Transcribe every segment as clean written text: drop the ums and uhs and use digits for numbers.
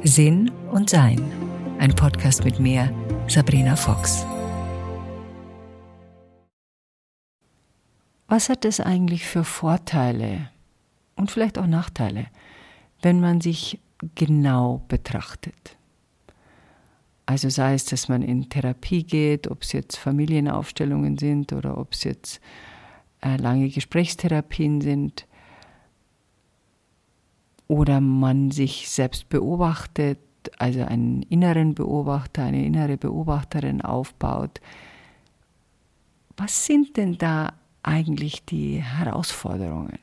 Sinn und Sein. Ein Podcast mit mir, Sabrina Fox. Was hat es eigentlich für Vorteile und vielleicht auch Nachteile, wenn man sich genau betrachtet? Also sei es, dass man in Therapie geht, ob es jetzt Familienaufstellungen sind oder ob es jetzt lange Gesprächstherapien sind, oder man sich selbst beobachtet, also einen inneren Beobachter, eine innere Beobachterin aufbaut. Was sind denn da eigentlich die Herausforderungen?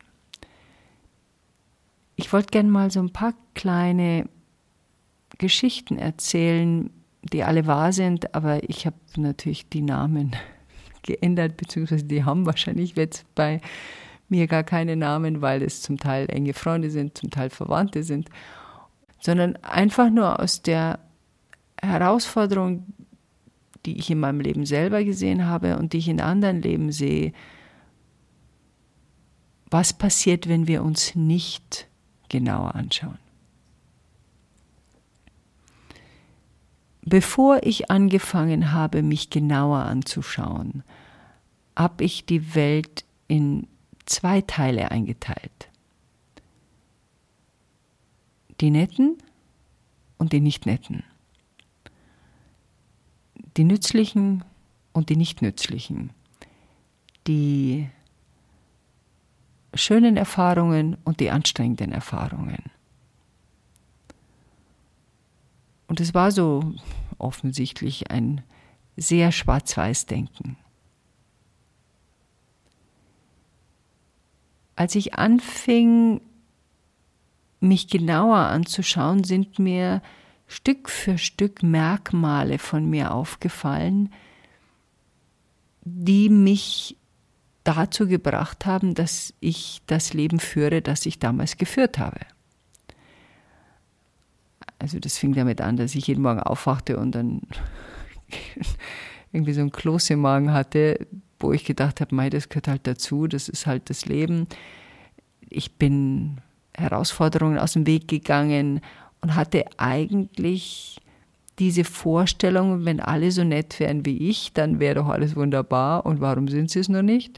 Ich wollte gerne mal so ein paar kleine Geschichten erzählen, die alle wahr sind, aber ich habe natürlich die Namen geändert, beziehungsweise die haben wahrscheinlich jetzt bei mir gar keine Namen, weil es zum Teil enge Freunde sind, zum Teil Verwandte sind, sondern einfach nur aus der Herausforderung, die ich in meinem Leben selber gesehen habe und die ich in anderen Leben sehe. Was passiert, wenn wir uns nicht genauer anschauen? Bevor ich angefangen habe, mich genauer anzuschauen, habe ich die Welt in 2 Teile eingeteilt. Die Netten und die Nicht-Netten. Die Nützlichen und die Nicht-Nützlichen. Die schönen Erfahrungen und die anstrengenden Erfahrungen. Und es war so offensichtlich ein sehr schwarz-weiß Denken. Als ich anfing, mich genauer anzuschauen, sind mir Stück für Stück Merkmale von mir aufgefallen, die mich dazu gebracht haben, dass ich das Leben führe, das ich damals geführt habe. Also das fing damit an, dass ich jeden Morgen aufwachte und dann irgendwie so ein Kloß im Magen hatte, wo ich gedacht habe, das gehört halt dazu, das ist halt das Leben. Ich bin Herausforderungen aus dem Weg gegangen und hatte eigentlich diese Vorstellung, wenn alle so nett wären wie ich, dann wäre doch alles wunderbar und warum sind sie es noch nicht?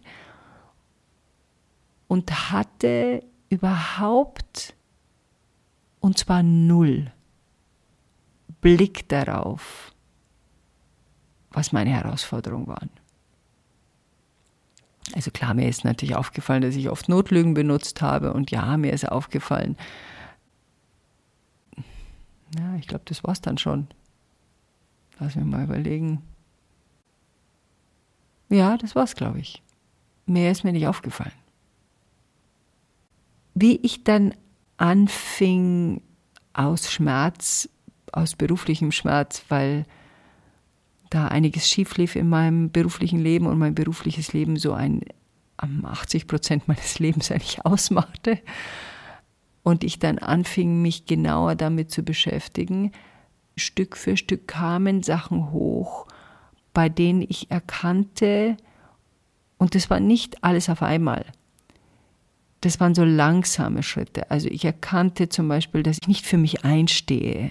Und hatte überhaupt, und zwar 0, Blick darauf, was meine Herausforderungen waren. Also klar, mir ist natürlich aufgefallen, dass ich oft Notlügen benutzt habe und ja, mir ist aufgefallen, ja, ich glaube, das war's dann schon. Lass mich mal überlegen. Ja, das war's, glaube ich. Mehr ist mir nicht aufgefallen. Wie ich dann anfing aus Schmerz, aus beruflichem Schmerz, weil da einiges schief lief in meinem beruflichen Leben und mein berufliches Leben so 80% meines Lebens eigentlich ausmachte. Und ich dann anfing, mich genauer damit zu beschäftigen. Stück für Stück kamen Sachen hoch, bei denen ich erkannte, und das war nicht alles auf einmal. Das waren so langsame Schritte. Also ich erkannte zum Beispiel, dass ich nicht für mich einstehe.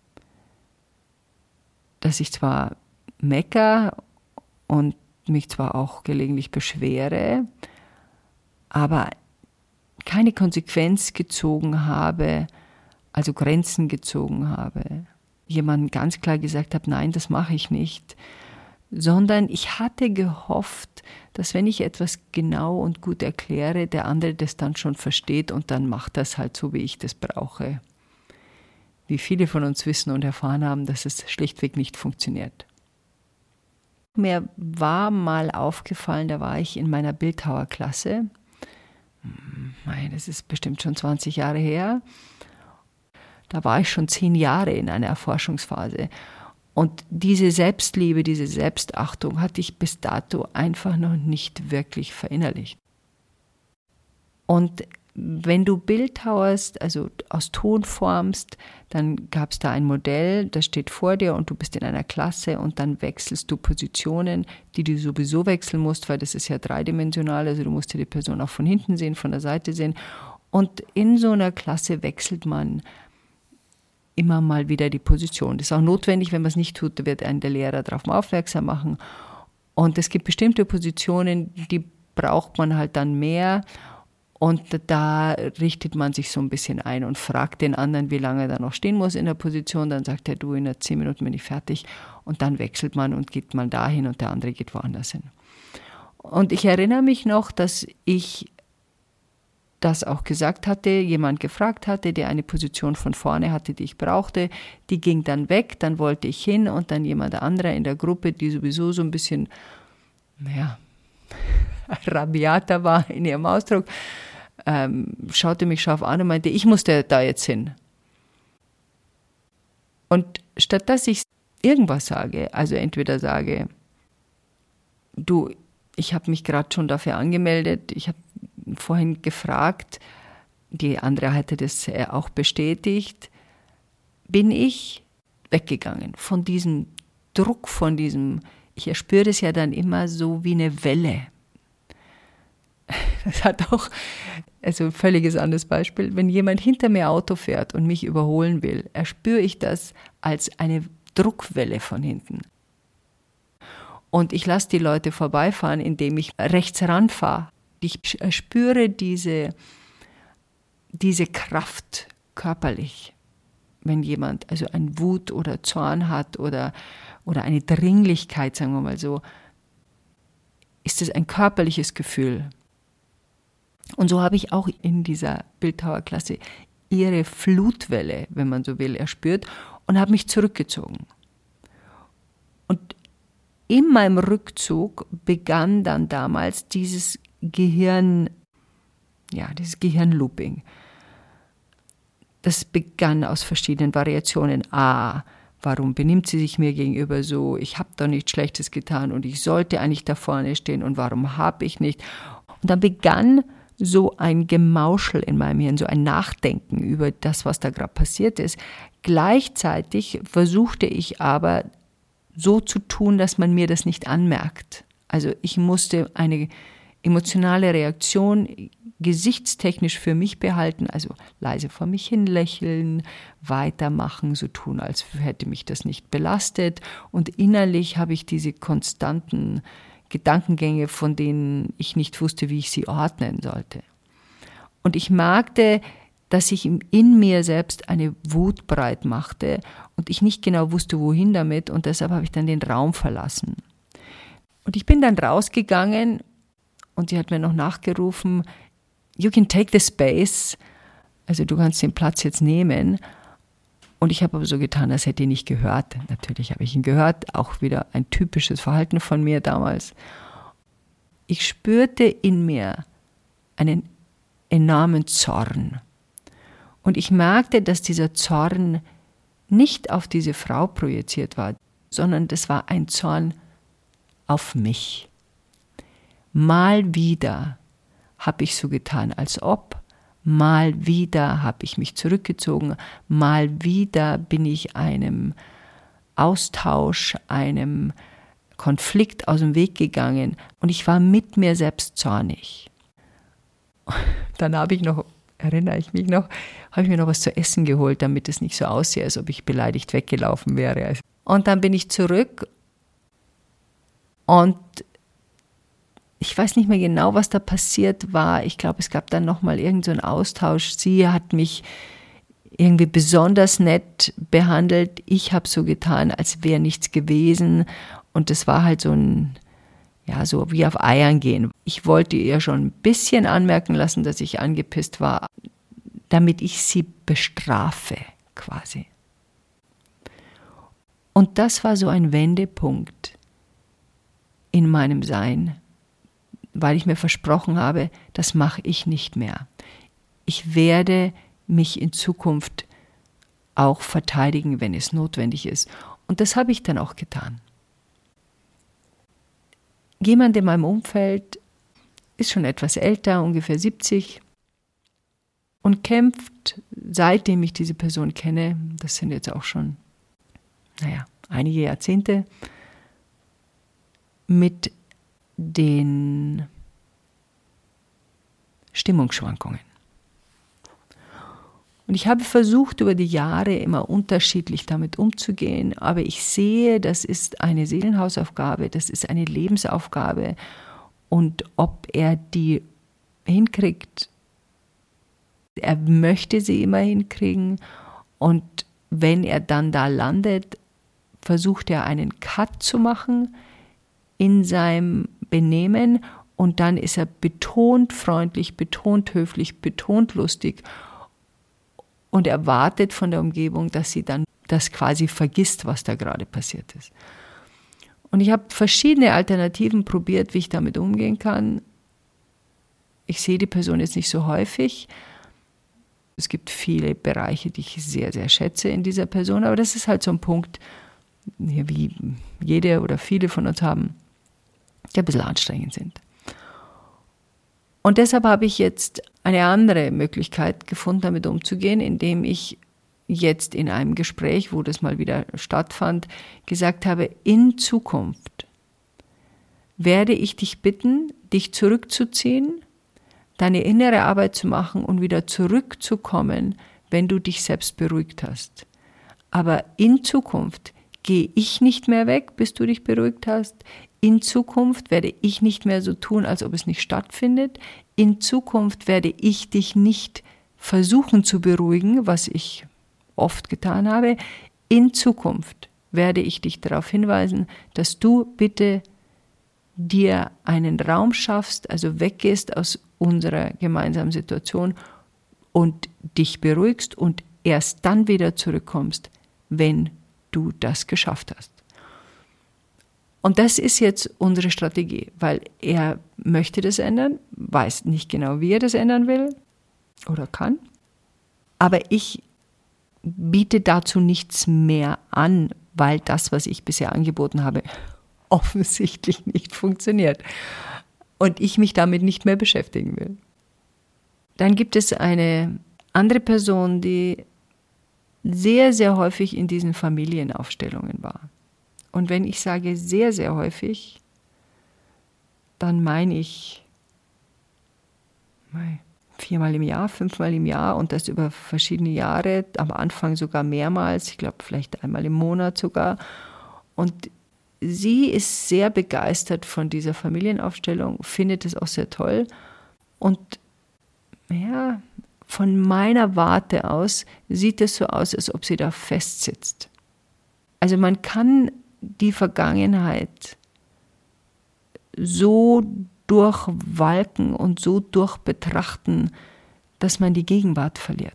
Dass ich zwar mecker und mich zwar auch gelegentlich beschwere, aber keine Konsequenz gezogen habe, also Grenzen gezogen habe. Jemandem ganz klar gesagt habe, nein, das mache ich nicht. Sondern ich hatte gehofft, dass wenn ich etwas genau und gut erkläre, der andere das dann schon versteht und dann macht das halt so, wie ich das brauche. Wie viele von uns wissen und erfahren haben, dass es schlichtweg nicht funktioniert. Mir war mal aufgefallen, da war ich in meiner Bildhauerklasse. Das ist bestimmt schon 20 Jahre her. Da war ich schon 10 Jahre in einer Erforschungsphase. Und diese Selbstliebe, diese Selbstachtung hatte ich bis dato einfach noch nicht wirklich verinnerlicht. Und wenn du bildhauerst, also aus Ton formst, dann gab es da ein Modell, das steht vor dir und du bist in einer Klasse und dann wechselst du Positionen, die du sowieso wechseln musst, weil das ist ja dreidimensional, also du musst dir die Person auch von hinten sehen, von der Seite sehen. Und in so einer Klasse wechselt man immer mal wieder die Position. Das ist auch notwendig, wenn man es nicht tut, da wird einen der Lehrer darauf aufmerksam machen. Und es gibt bestimmte Positionen, die braucht man halt dann mehr. Und da richtet man sich so ein bisschen ein und fragt den anderen, wie lange er noch stehen muss in der Position. Dann sagt er, du, in 10 Minuten bin ich fertig. Und dann wechselt man und geht mal dahin und der andere geht woanders hin. Und ich erinnere mich noch, dass ich das auch gesagt hatte, jemand gefragt hatte, der eine Position von vorne hatte, die ich brauchte. Die ging dann weg, dann wollte ich hin und dann jemand anderer in der Gruppe, die sowieso so ein bisschen, rabiater war in ihrem Ausdruck, schaute mich scharf an und meinte, ich musste da jetzt hin. Und statt dass ich irgendwas sage, also entweder sage, du, ich habe mich gerade schon dafür angemeldet, ich habe vorhin gefragt, die andere hatte das auch bestätigt, bin ich weggegangen von diesem Druck, von diesem, ich erspüre das ja dann immer so wie eine Welle. Das hat auch, also ein völliges anderes Beispiel, wenn jemand hinter mir Auto fährt und mich überholen will, erspüre ich das als eine Druckwelle von hinten. Und ich lasse die Leute vorbeifahren, indem ich rechts ranfahre. Ich spüre diese Kraft körperlich, wenn jemand also ein Wut oder Zorn hat oder eine Dringlichkeit, sagen wir mal so, ist es ein körperliches Gefühl. Und so habe ich auch in dieser Bildhauerklasse ihre Flutwelle, wenn man so will, erspürt und habe mich zurückgezogen. Und in meinem Rückzug begann dann damals dieses dieses Gehirnlooping. Das begann aus verschiedenen Variationen. Warum benimmt sie sich mir gegenüber so? Ich habe doch nichts Schlechtes getan und ich sollte eigentlich da vorne stehen und warum habe ich nicht? Und dann begann so ein Gemauschel in meinem Hirn, so ein Nachdenken über das, was da gerade passiert ist. Gleichzeitig versuchte ich aber so zu tun, dass man mir das nicht anmerkt. Also ich musste eine emotionale Reaktion gesichtstechnisch für mich behalten, also leise vor mich hin lächeln, weitermachen, so tun, als hätte mich das nicht belastet. Und innerlich habe ich diese konstanten Gedankengänge, von denen ich nicht wusste, wie ich sie ordnen sollte. Und ich merkte, dass ich in mir selbst eine Wut breit machte und ich nicht genau wusste, wohin damit, und deshalb habe ich dann den Raum verlassen. Und ich bin dann rausgegangen und sie hat mir noch nachgerufen, you can take the space, also du kannst den Platz jetzt nehmen. Und ich habe aber so getan, als hätte ich ihn nicht gehört. Natürlich habe ich ihn gehört, auch wieder ein typisches Verhalten von mir damals. Ich spürte in mir einen enormen Zorn. Und ich merkte, dass dieser Zorn nicht auf diese Frau projiziert war, sondern das war ein Zorn auf mich. Mal wieder habe ich so getan, als ob. Mal wieder habe ich mich zurückgezogen. Mal wieder bin ich einem Austausch, einem Konflikt aus dem Weg gegangen. Und ich war mit mir selbst zornig. Dann habe ich noch, erinnere ich mich noch, habe ich mir noch was zu essen geholt, damit es nicht so aussehe, als ob ich beleidigt weggelaufen wäre. Und dann bin ich zurück und ich weiß nicht mehr genau, was da passiert war. Ich glaube, es gab dann nochmal irgend so einen Austausch. Sie hat mich irgendwie besonders nett behandelt. Ich habe so getan, als wäre nichts gewesen. Und das war halt so so wie auf Eiern gehen. Ich wollte ihr schon ein bisschen anmerken lassen, dass ich angepisst war, damit ich sie bestrafe, quasi. Und das war so ein Wendepunkt in meinem Sein, weil ich mir versprochen habe, das mache ich nicht mehr. Ich werde mich in Zukunft auch verteidigen, wenn es notwendig ist. Und das habe ich dann auch getan. Jemand in meinem Umfeld ist schon etwas älter, ungefähr 70, und kämpft, seitdem ich diese Person kenne, das sind jetzt auch schon, einige Jahrzehnte, mit den Stimmungsschwankungen. Und ich habe versucht, über die Jahre immer unterschiedlich damit umzugehen, aber ich sehe, das ist eine Seelenhausaufgabe, das ist eine Lebensaufgabe. Und ob er die hinkriegt, er möchte sie immer hinkriegen. Und wenn er dann da landet, versucht er einen Cut zu machen in seinem Benehmen. Und dann ist er betont freundlich, betont höflich, betont lustig und erwartet von der Umgebung, dass sie dann das quasi vergisst, was da gerade passiert ist. Und ich habe verschiedene Alternativen probiert, wie ich damit umgehen kann. Ich sehe die Person jetzt nicht so häufig. Es gibt viele Bereiche, die ich sehr, sehr schätze in dieser Person, aber das ist halt so ein Punkt, wie jede oder viele von uns haben, die ein bisschen anstrengend sind. Und deshalb habe ich jetzt eine andere Möglichkeit gefunden, damit umzugehen, indem ich jetzt in einem Gespräch, wo das mal wieder stattfand, gesagt habe, in Zukunft werde ich dich bitten, dich zurückzuziehen, deine innere Arbeit zu machen und wieder zurückzukommen, wenn du dich selbst beruhigt hast. Aber in Zukunft gehe ich nicht mehr weg, bis du dich beruhigt hast. In Zukunft werde ich nicht mehr so tun, als ob es nicht stattfindet. In Zukunft werde ich dich nicht versuchen zu beruhigen, was ich oft getan habe. In Zukunft werde ich dich darauf hinweisen, dass du bitte dir einen Raum schaffst, also weggehst aus unserer gemeinsamen Situation und dich beruhigst und erst dann wieder zurückkommst, wenn du das geschafft hast. Und das ist jetzt unsere Strategie, weil er möchte das ändern, weiß nicht genau, wie er das ändern will oder kann. Aber ich biete dazu nichts mehr an, weil das, was ich bisher angeboten habe, offensichtlich nicht funktioniert und ich mich damit nicht mehr beschäftigen will. Dann gibt es eine andere Person, die sehr, sehr häufig in diesen Familienaufstellungen war. Und wenn ich sage sehr, sehr häufig, dann meine ich 4-mal im Jahr, 5-mal im Jahr und das über verschiedene Jahre, am Anfang sogar mehrmals, ich glaube vielleicht einmal im Monat sogar. Und sie ist sehr begeistert von dieser Familienaufstellung, findet es auch sehr toll. Und ja, von meiner Warte aus sieht es so aus, als ob sie da festsitzt. Also man kann die Vergangenheit so durchwalken und so durchbetrachten, dass man die Gegenwart verliert.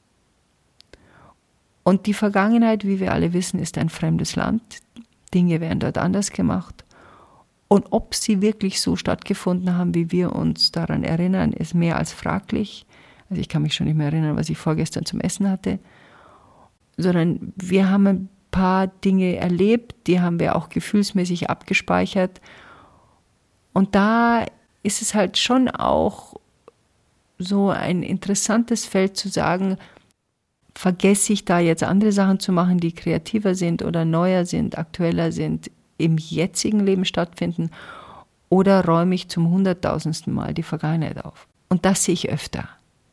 Und die Vergangenheit, wie wir alle wissen, ist ein fremdes Land. Dinge werden dort anders gemacht. Und ob sie wirklich so stattgefunden haben, wie wir uns daran erinnern, ist mehr als fraglich. Also ich kann mich schon nicht mehr erinnern, was ich vorgestern zum Essen hatte. Sondern wir haben ein paar Dinge erlebt, die haben wir auch gefühlsmäßig abgespeichert. Und da ist es halt schon auch so ein interessantes Feld zu sagen, vergesse ich da jetzt andere Sachen zu machen, die kreativer sind oder neuer sind, aktueller sind, im jetzigen Leben stattfinden, oder räume ich zum 100.000. Mal die Vergangenheit auf. Und das sehe ich öfter.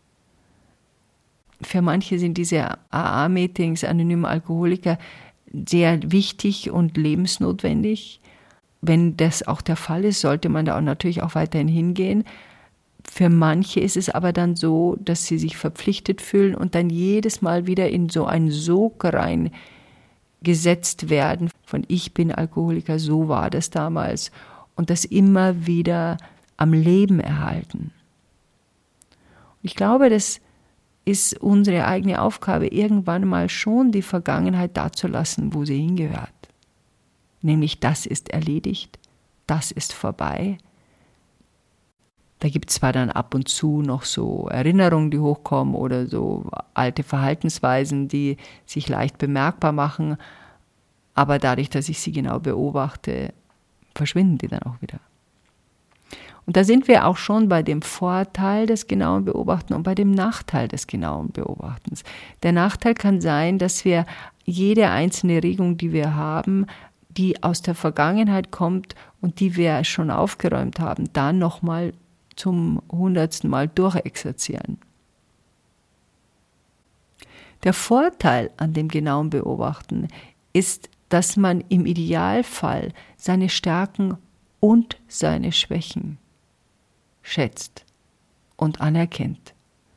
Für manche sind diese AA-Meetings, anonyme Alkoholiker, sehr wichtig und lebensnotwendig. Wenn das auch der Fall ist, sollte man da auch natürlich auch weiterhin hingehen. Für manche ist es aber dann so, dass sie sich verpflichtet fühlen und dann jedes Mal wieder in so einen Sog reingesetzt werden von ich bin Alkoholiker, so war das damals, und das immer wieder am Leben erhalten. Ich glaube, das ist unsere eigene Aufgabe, irgendwann mal schon die Vergangenheit da zu lassen, wo sie hingehört. Nämlich das ist erledigt, das ist vorbei. Da gibt es zwar dann ab und zu noch so Erinnerungen, die hochkommen oder so alte Verhaltensweisen, die sich leicht bemerkbar machen, aber dadurch, dass ich sie genau beobachte, verschwinden die dann auch wieder. Und da sind wir auch schon bei dem Vorteil des genauen Beobachtens und bei dem Nachteil des genauen Beobachtens. Der Nachteil kann sein, dass wir jede einzelne Regung, die wir haben, die aus der Vergangenheit kommt und die wir schon aufgeräumt haben, dann nochmal zum 100. Mal durchexerzieren. Der Vorteil an dem genauen Beobachten ist, dass man im Idealfall seine Stärken und seine Schwächen schätzt und anerkennt.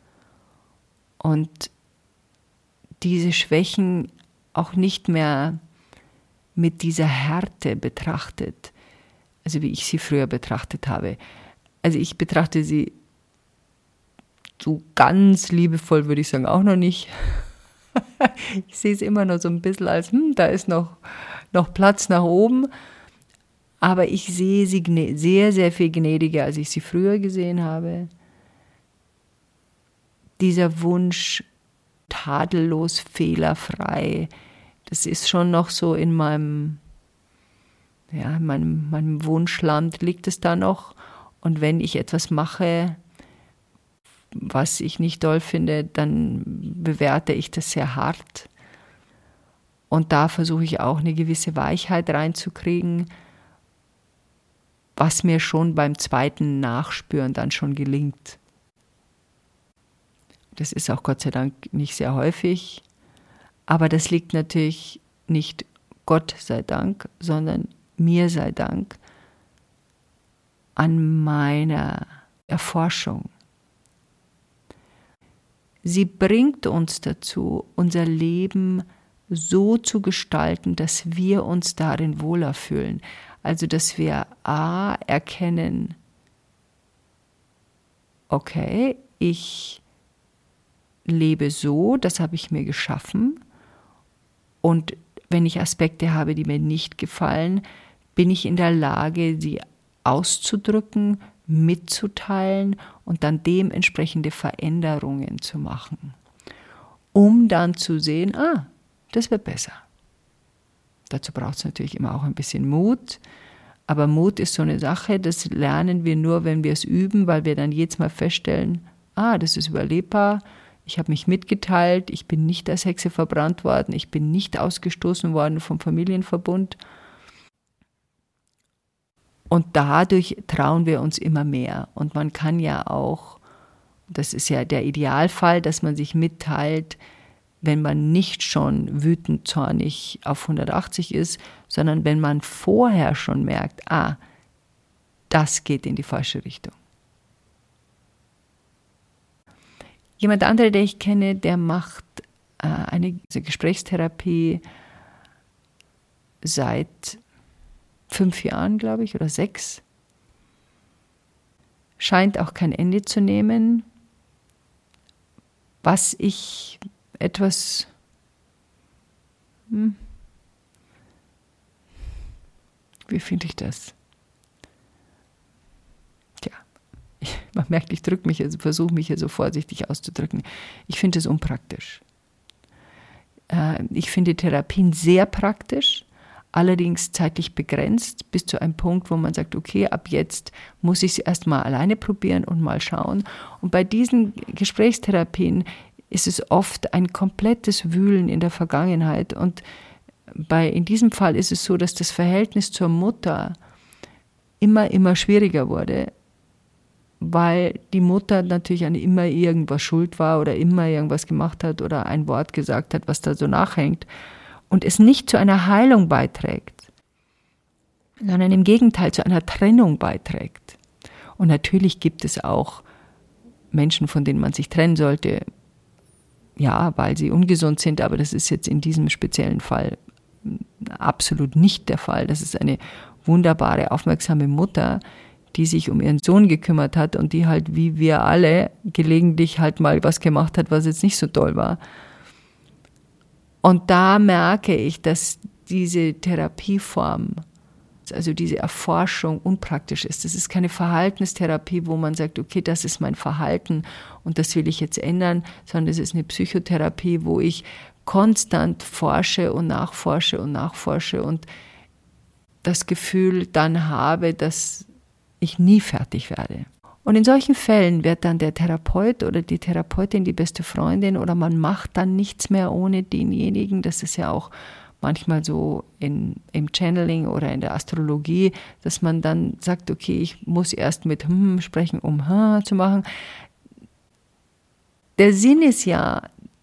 Und diese Schwächen auch nicht mehr mit dieser Härte betrachtet, also wie ich sie früher betrachtet habe. Also ich betrachte sie so ganz liebevoll, würde ich sagen, auch noch nicht. Ich sehe es immer noch so ein bisschen als, da ist noch Platz nach oben. Aber ich sehe sie sehr, sehr viel gnädiger, als ich sie früher gesehen habe. Dieser Wunsch, tadellos, fehlerfrei, das ist schon noch so in meinem Wunschland liegt es da noch. Und wenn ich etwas mache, was ich nicht toll finde, dann bewerte ich das sehr hart. Und da versuche ich auch eine gewisse Weichheit reinzukriegen, was mir schon beim zweiten Nachspüren dann schon gelingt. Das ist auch Gott sei Dank nicht sehr häufig, aber das liegt natürlich nicht Gott sei Dank, sondern mir sei Dank an meiner Erforschung. Sie bringt uns dazu, unser Leben so zu gestalten, dass wir uns darin wohler fühlen. Also, dass wir erkennen, okay, ich lebe so, das habe ich mir geschaffen. Und wenn ich Aspekte habe, die mir nicht gefallen, bin ich in der Lage, sie auszudrücken, mitzuteilen und dann dementsprechende Veränderungen zu machen, um dann zu sehen, das wird besser. Dazu braucht es natürlich immer auch ein bisschen Mut, aber Mut ist so eine Sache, das lernen wir nur, wenn wir es üben, weil wir dann jedes Mal feststellen, das ist überlebbar, ich habe mich mitgeteilt, ich bin nicht als Hexe verbrannt worden, ich bin nicht ausgestoßen worden vom Familienverbund. Und dadurch trauen wir uns immer mehr. Und man kann ja auch, das ist ja der Idealfall, dass man sich mitteilt, wenn man nicht schon wütend, zornig auf 180 ist, sondern wenn man vorher schon merkt, das geht in die falsche Richtung. Jemand anderer, der ich kenne, der macht eine Gesprächstherapie seit 5 Jahren, glaube ich, oder 6. Scheint auch kein Ende zu nehmen, was ich etwas wie finde ich das? Tja, man merkt, ich versuche mich hier so vorsichtig auszudrücken. Ich finde es unpraktisch. Ich finde Therapien sehr praktisch, allerdings zeitlich begrenzt, bis zu einem Punkt, wo man sagt, okay, ab jetzt muss ich es erstmal alleine probieren und mal schauen. Und bei diesen Gesprächstherapien ist es oft ein komplettes Wühlen in der Vergangenheit. Und in diesem Fall ist es so, dass das Verhältnis zur Mutter immer schwieriger wurde, weil die Mutter natürlich an immer irgendwas schuld war oder immer irgendwas gemacht hat oder ein Wort gesagt hat, was da so nachhängt und es nicht zu einer Heilung beiträgt, sondern im Gegenteil zu einer Trennung beiträgt. Und natürlich gibt es auch Menschen, von denen man sich trennen sollte, ja, weil sie ungesund sind, aber das ist jetzt in diesem speziellen Fall absolut nicht der Fall. Das ist eine wunderbare, aufmerksame Mutter, die sich um ihren Sohn gekümmert hat und die halt, wie wir alle, gelegentlich halt mal was gemacht hat, was jetzt nicht so toll war. Und da merke ich, dass diese Therapieform, also diese Erforschung unpraktisch ist. Das ist keine Verhaltenstherapie, wo man sagt, okay, das ist mein Verhalten und das will ich jetzt ändern, sondern es ist eine Psychotherapie, wo ich konstant forsche und nachforsche und das Gefühl dann habe, dass ich nie fertig werde. Und in solchen Fällen wird dann der Therapeut oder die Therapeutin die beste Freundin oder man macht dann nichts mehr ohne denjenigen. Das ist ja auch manchmal so im Channeling oder in der Astrologie, dass man dann sagt, okay, ich muss erst mit sprechen, um zu machen. Der Sinn ist ja,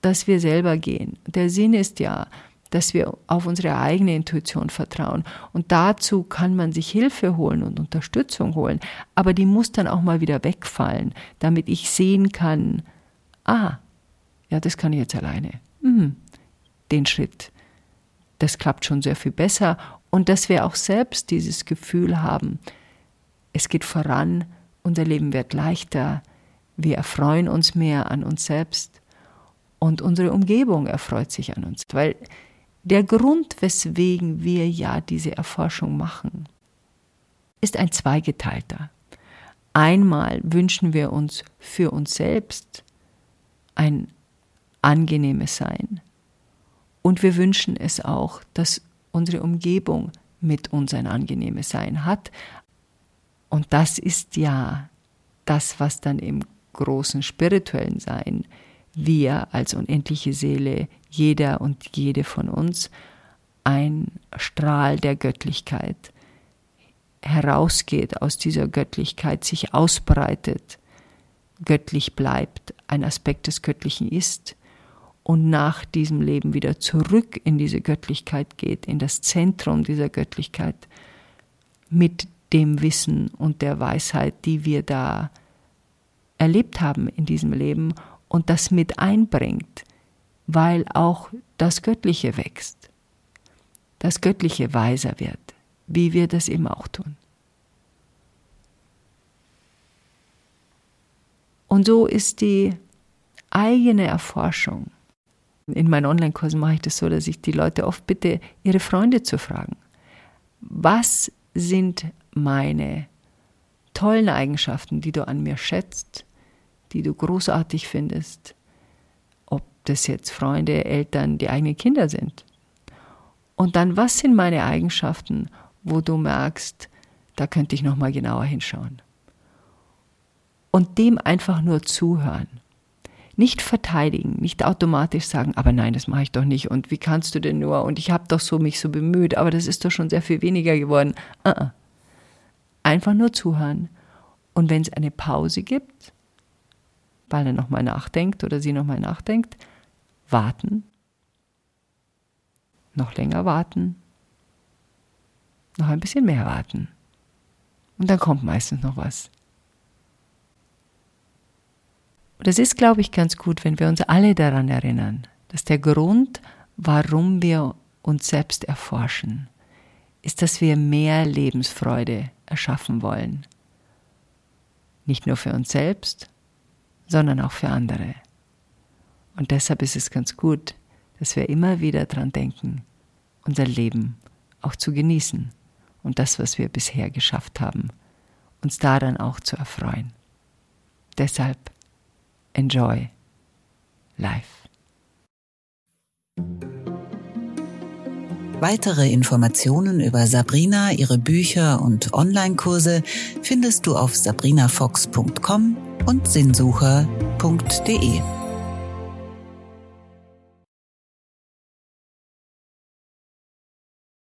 dass wir selber gehen. Der Sinn ist ja, dass wir auf unsere eigene Intuition vertrauen. Und dazu kann man sich Hilfe holen und Unterstützung holen. Aber die muss dann auch mal wieder wegfallen, damit ich sehen kann, ja, das kann ich jetzt alleine. Den Schritt, das klappt schon sehr viel besser. Und dass wir auch selbst dieses Gefühl haben, es geht voran, unser Leben wird leichter, wir erfreuen uns mehr an uns selbst und unsere Umgebung erfreut sich an uns. Weil der Grund, weswegen wir ja diese Erforschung machen, ist ein zweigeteilter. Einmal wünschen wir uns für uns selbst ein angenehmes Sein und wir wünschen es auch, dass unsere Umgebung mit uns ein angenehmes Sein hat. Und das ist ja das, was dann im großen spirituellen Sein wir als unendliche Seele, jeder und jede von uns, ein Strahl der Göttlichkeit herausgeht aus dieser Göttlichkeit, sich ausbreitet, göttlich bleibt, ein Aspekt des Göttlichen ist und nach diesem Leben wieder zurück in diese Göttlichkeit geht, in das Zentrum dieser Göttlichkeit, mit dem Wissen und der Weisheit, die wir da erlebt haben in diesem Leben und das mit einbringt, weil auch das Göttliche wächst, das Göttliche weiser wird, wie wir das eben auch tun. Und so ist die eigene Erforschung. In meinen Online-Kursen mache ich das so, dass ich die Leute oft bitte, ihre Freunde zu fragen. Was sind meine tollen Eigenschaften, die du an mir schätzt, die du großartig findest, ob das jetzt Freunde, Eltern, die eigenen Kinder sind. Und dann, was sind meine Eigenschaften, wo du merkst, da könnte ich noch mal genauer hinschauen. Und dem einfach nur zuhören. Nicht verteidigen, nicht automatisch sagen, aber nein, das mache ich doch nicht und wie kannst du denn nur und ich habe doch mich so bemüht, aber das ist doch schon sehr viel weniger geworden. Einfach nur zuhören. Und wenn es eine Pause gibt, weil er nochmal nachdenkt oder sie nochmal nachdenkt, warten, noch länger warten, noch ein bisschen mehr warten. Und dann kommt meistens noch was. Und es ist, glaube ich, ganz gut, wenn wir uns alle daran erinnern, dass der Grund, warum wir uns selbst erforschen, ist, dass wir mehr Lebensfreude erschaffen wollen. Nicht nur für uns selbst, sondern auch für andere. Und deshalb ist es ganz gut, dass wir immer wieder daran denken, unser Leben auch zu genießen und das, was wir bisher geschafft haben, uns daran auch zu erfreuen. Deshalb enjoy life. Weitere Informationen über Sabrina, ihre Bücher und Online-Kurse findest du auf sabrinafox.com und sinnsucher.de.